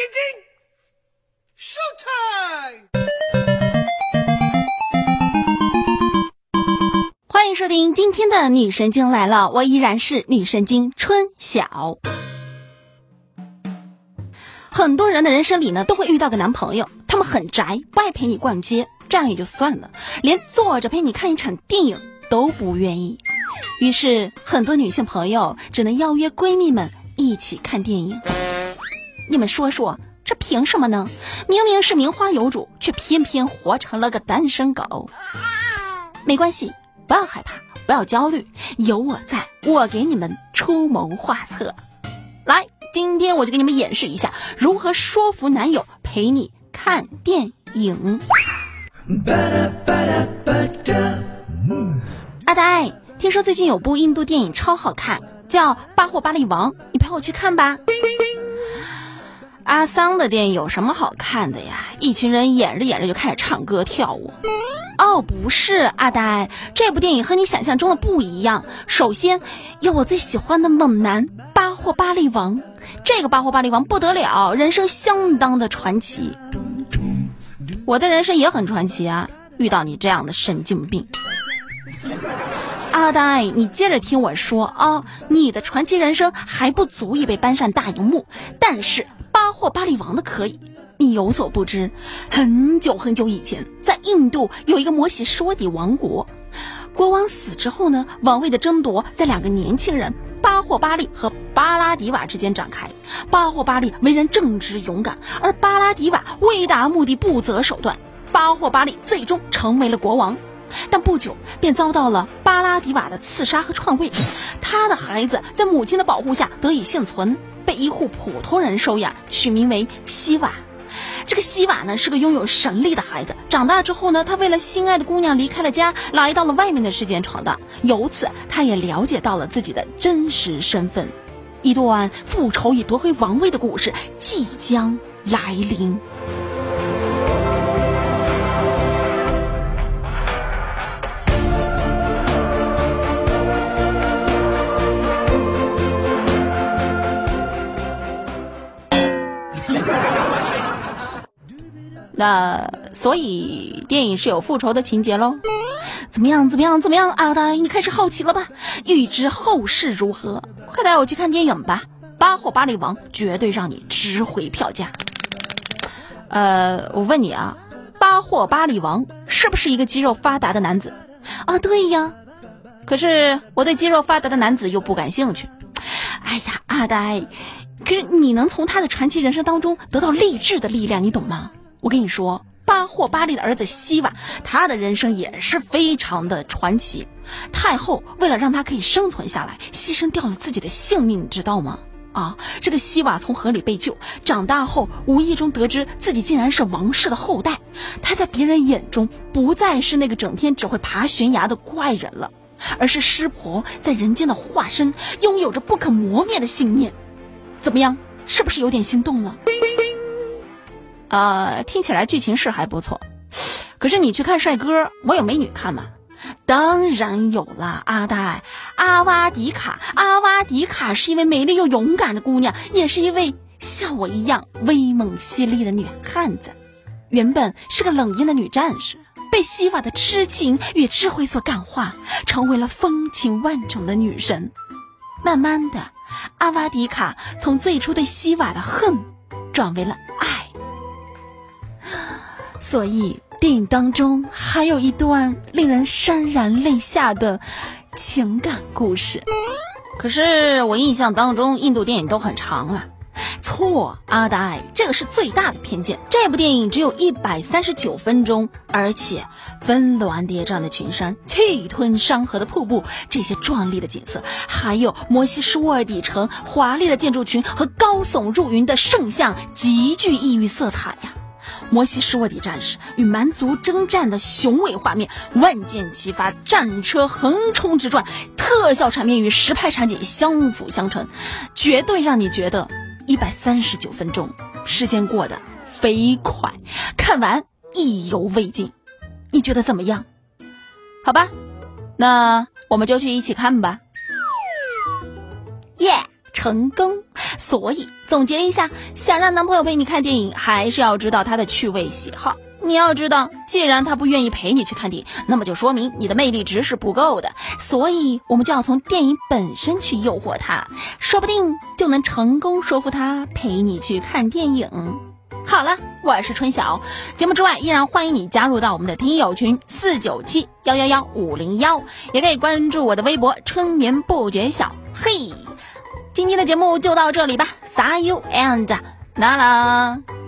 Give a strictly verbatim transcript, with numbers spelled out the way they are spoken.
睛 ，Showtime！ 欢迎收听今天的女神经来了，我依然是女神经春晓。很多人的人生里呢，都会遇到个男朋友，他们很宅，不爱陪你逛街，这样也就算了，连坐着陪你看一场电影都不愿意。于是很多女性朋友只能邀约闺蜜们一起看电影。你们说说，这凭什么呢？明明是名花有主，却偏偏活成了个单身狗。没关系，不要害怕，不要焦虑，有我在，我给你们出谋划策。来，今天我就给你们演示一下如何说服男友陪你看电影。阿呆，听说最近有部印度电影超好看，叫《巴霍巴利王》，你陪我去看吧。阿桑的电影有什么好看的呀？一群人演着演着就开始唱歌跳舞。哦，不是，阿呆，这部电影和你想象中的不一样。首先有我最喜欢的猛男巴霍巴利王，这个巴霍巴利王不得了，人生相当的传奇。我的人生也很传奇啊，遇到你这样的神经病。阿呆，你接着听我说啊，你的传奇人生还不足以被搬上大荧幕，但是巴霍巴利王的可以。你有所不知，很久很久以前，在印度有一个摩西说底王国，国王死之后呢，王位的争夺在两个年轻人巴霍巴利和巴拉迪瓦之间展开。巴霍巴利为人正直勇敢，而巴拉迪瓦为达目的不择手段。巴霍巴利最终成为了国王，但不久便遭到了巴拉迪瓦的刺杀和篡位。他的孩子在母亲的保护下得以幸存，被一户普通人收养，取名为西瓦。这个西瓦呢是个拥有神力的孩子，长大之后呢，他为了心爱的姑娘离开了家，来到了外面的世界闯荡。由此他也了解到了自己的真实身份。一段复仇以夺回王位的故事即将来临。那所以电影是有复仇的情节咯。怎么样怎么样怎么样，阿呆，你开始好奇了吧？预知后事如何，快带我去看电影吧。巴霍巴利王绝对让你值回票价。呃，我问你啊，巴霍巴利王是不是一个肌肉发达的男子啊？对呀，可是我对肌肉发达的男子又不感兴趣。哎呀，阿呆，可是你能从他的传奇人生当中得到励志的力量，你懂吗？我跟你说，巴霍巴利的儿子西瓦，他的人生也是非常的传奇。太后为了让他可以生存下来，牺牲掉了自己的性命，你知道吗？啊，这个西瓦从河里被救，长大后无意中得知自己竟然是王室的后代，他在别人眼中不再是那个整天只会爬悬崖的怪人了，而是湿婆在人间的化身，拥有着不可磨灭的信念。怎么样，是不是有点心动了？呃，听起来剧情是还不错，可是你去看帅哥，我有美女看吗？当然有了，阿呆，阿瓦迪卡，阿瓦迪卡是一位美丽又勇敢的姑娘，也是一位像我一样威猛犀利的女汉子。原本是个冷艳的女战士，被西瓦的痴情与智慧所感化，成为了风情万种的女神。慢慢的，阿瓦迪卡从最初对西瓦的恨转为了爱。所以电影当中还有一段令人潸然泪下的情感故事。可是我印象当中印度电影都很长啊。错，阿呆，这个是最大的偏见。这部电影只有一百三十九分钟，而且峰峦叠嶂的群山，气吞山河的瀑布，这些壮丽的景色，还有摩西什沃底城华丽的建筑群和高耸入云的圣像，极具异域色彩呀。摩西什沃底战士与蛮族征战的雄伟画面，万箭齐发，战车横冲直撞，特效场面与实拍场景相辅相成，绝对让你觉得一百三十九分钟时间过得飞快，看完意犹未尽。你觉得怎么样？好吧，那我们就去一起看吧。耶、yeah, 成功。所以总结一下，想让男朋友陪你看电影，还是要知道他的趣味喜好。你要知道，既然他不愿意陪你去看电影，那么就说明你的魅力值是不够的，所以我们就要从电影本身去诱惑他，说不定就能成功说服他陪你去看电影。好了，我是春晓，节目之外依然欢迎你加入到我们的听友群四九七幺幺幺五零幺，也可以关注我的微博春眠不觉晓。嘿，今天的节目就到这里吧， See you and 啦啦。